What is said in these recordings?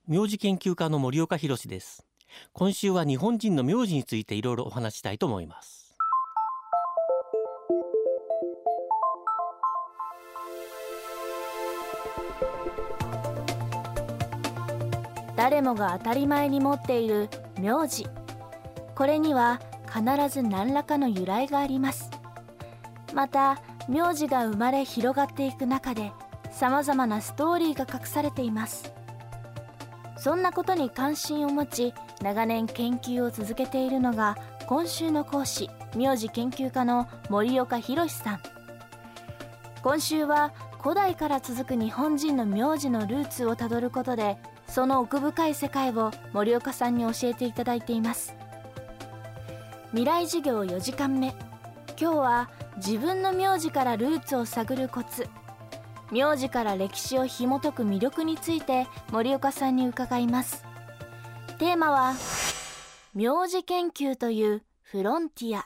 名字研究家の森岡弘です。今週は日本人の名字についていろいろお話したいと思います。 誰もが当たり前に持っている名字。これには必ず何らかの由来があります。また、名字が生まれ広がっていく中で、さまざまなストーリーが隠されています。そんなことに関心を持ち、長年研究を続けているのが今週の講師、名字研究家の森岡弘さん。今週は古代から続く日本人の名字のルーツをたどることで、その奥深い世界を森岡さんに教えていただいています。未来授業4時間目。今日は自分の名字からルーツを探るコツ、名字から歴史を紐解く魅力について森岡さんに伺います。テーマは名字研究というフロンティア。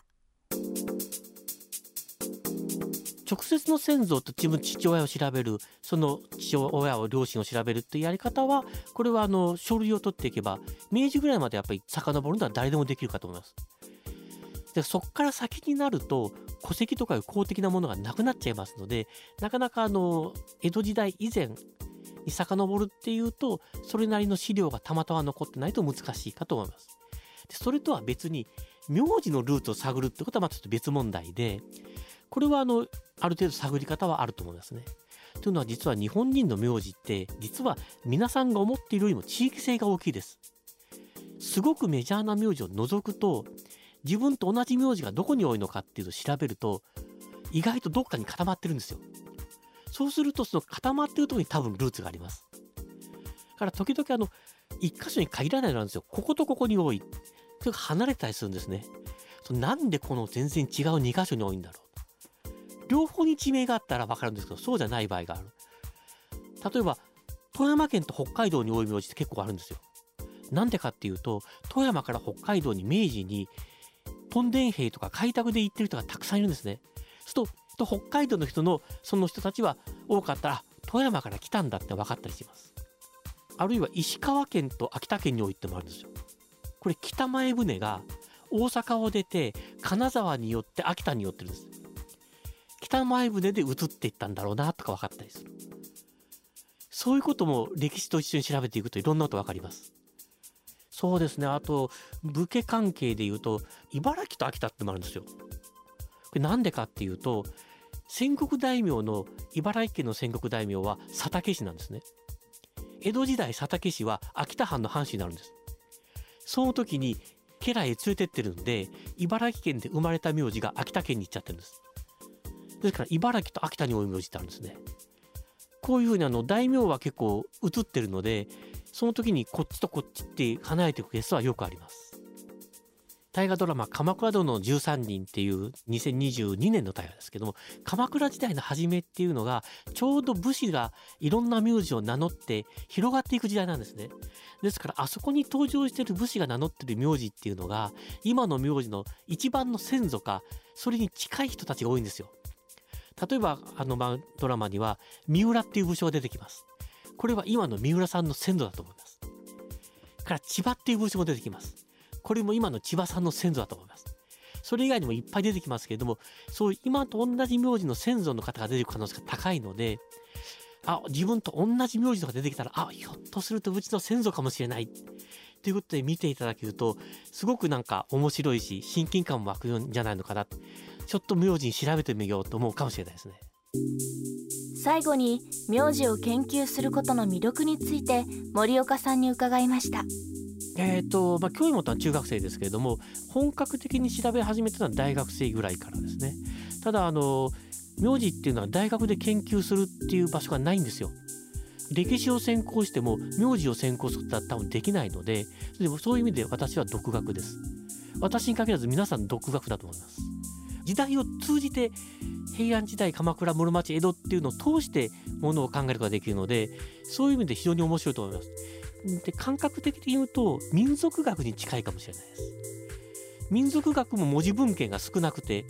直接の先祖と自分父親を調べる、その父親を両親を調べるっていうやり方は、これは書類を取っていけば明治ぐらいまでやっぱり遡るのは誰でもできるかと思います。でそこから先になると戸籍とかいう公的なものがなくなっちゃいますので、なかなか江戸時代以前に遡るっていうと、それなりの資料がたまたま残ってないと難しいかと思います。でそれとは別に名字のルーツを探るってことはまたちょっと別問題で、これはある程度探り方はあると思いますね。というのは、実は日本人の名字って実は皆さんが思っているよりも地域性が大きいです。すごくメジャーな名字を除くと、自分と同じ名字がどこに多いのかっていうのを調べると、意外とどっかに固まってるんですよ。そうすると、その固まってるところに多分ルーツがあります。だから時々一箇所に限らないなんですよ。こことここに多い。それが離れたりするんですね。なんでこの全然違う2箇所に多いんだろう。両方に地名があったら分かるんですけど、そうじゃない場合がある。例えば、富山県と北海道に多い名字って結構あるんですよ。なんでかっていうと、富山から北海道に明治に屯田兵とか開拓で行ってる人がたくさんいるんですね。そうすると北海道の人のその人たちは多かったら、富山から来たんだって分かったりします。あるいは石川県と秋田県に多いってのもあるんですよ。これ北前船が大阪を出て金沢によって秋田に寄ってるんです。北前船で移っていったんだろうなとか分かったりする。そういうことも歴史と一緒に調べていくといろんなこと分かります。そうですね。あと武家関係でいうと、茨城と秋田ってのもあるんですよ。これなんでかっていうと、戦国大名の茨城県の戦国大名は佐竹氏なんですね。江戸時代佐竹氏は秋田藩の藩主になるんです。その時に家来へ連れてってるんで、茨城県で生まれた名字が秋田県に行っちゃってるんです。ですから茨城と秋田に多い名字ってあるんですね。こういうふうに大名は結構移ってるので、その時にこっちとこっちって離れていくケースはよくあります。大河ドラマ鎌倉殿の13人っていう2022年の大河ですけども、鎌倉時代の初めっていうのがちょうど武士がいろんな名字を名乗って広がっていく時代なんですね。ですから、あそこに登場している武士が名乗っている名字っていうのが今の名字の一番の先祖か、それに近い人たちが多いんですよ。例えばドラマには三浦っていう武将が出てきます。これは今の三浦さんの先祖だと思います。から千葉っていう武将も出てきます。これも今の千葉さんの先祖だと思います。それ以外にもいっぱい出てきますけれども、そういう今と同じ名字の先祖の方が出てくる可能性が高いので、自分と同じ名字とか出てきたら、ひょっとするとうちの先祖かもしれないということで見ていただけると、すごくなんか面白いし親近感も湧くんじゃないのかな。ちょっと名字に調べてみようと思うかもしれないですね。 最後に名字を研究することの魅力について森岡さんに伺いました。 興味持ったのは中学生ですけれども、本格的に調べ始めたのは大学生ぐらいからですね。ただ名字っていうのは大学で研究するっていう場所がないんですよ。歴史を専攻しても名字を専攻することは多分できないので、でもそういう意味で私は独学です。私に限らず皆さん独学だと思います。時代を通じて平安時代、鎌倉、室町、江戸っていうのを通してものを考えることができるので、そういう意味で非常に面白いと思います。で、感覚的に言うと民族学に近いかもしれないです。民族学も文字文献が少なくて、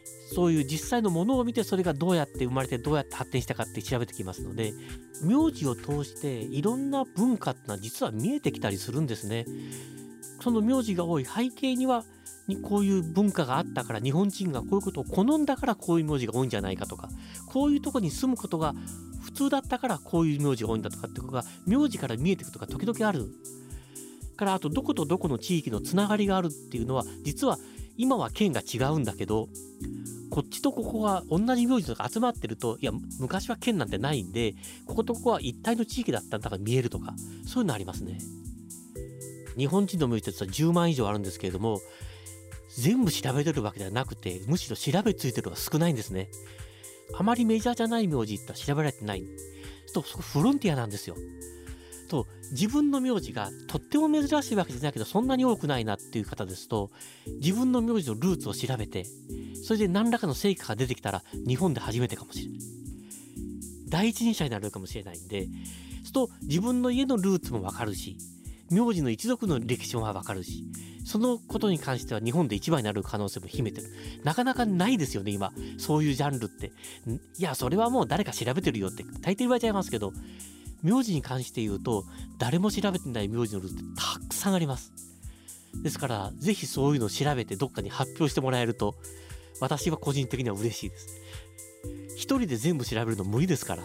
そういう実際のものを見て、それがどうやって生まれてどうやって発展したかって調べてきますので、名字を通していろんな文化ってのは実は見えてきたりするんですね。その名字が多い背景にはこういう文化があったから、日本人がこういうことを好んだからこういう名字が多いんじゃないかとか、こういうとこに住むことが普通だったからこういう名字が多いんだとかってことが名字から見えてくるとか時々あるから、あとどことどこの地域のつながりがあるっていうのは、実は今は県が違うんだけど、こっちとここが同じ名字とか集まってると、いや昔は県なんてないんで、こことここは一体の地域だったんだから見えるとか、そういうのありますね。日本人の名字って10万以上あるんですけれども、全部調べてるわけではなくて、むしろ調べついてるのが少ないんですね。あまりメジャーじゃない名字って調べられてない。とそこフロンティアなんですよ。と自分の名字がとっても珍しいわけじゃないけど、そんなに多くないなっていう方ですと、自分の名字のルーツを調べて、それで何らかの成果が出てきたら日本で初めてかもしれない。第一人者になるかもしれないんで、そうすると自分の家のルーツもわかるし、名字の一族の歴史もわかるし、そのことに関しては日本で一番になる可能性も秘めてる。なかなかないですよね、今。そういうジャンルって。いや、それはもう誰か調べてるよって大抵言われちゃいますけど、名字に関して言うと、誰も調べてない名字のルーツってたくさんあります。ですから、ぜひそういうのを調べてどっかに発表してもらえると、私は個人的には嬉しいです。一人で全部調べるの無理ですから。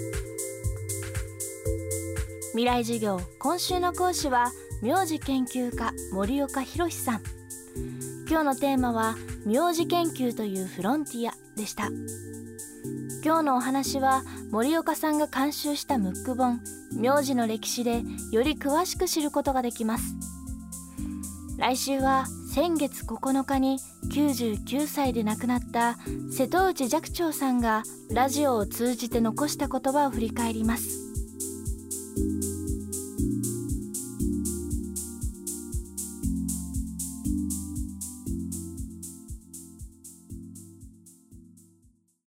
未来授業、今週の講師は名字研究家森岡博さん。今日のテーマは名字研究というフロンティアでした。今日のお話は森岡さんが監修したムック本名字の歴史でより詳しく知ることができます。来週は先月9日に99歳で亡くなった瀬戸内寂聴さんがラジオを通じて残した言葉を振り返ります。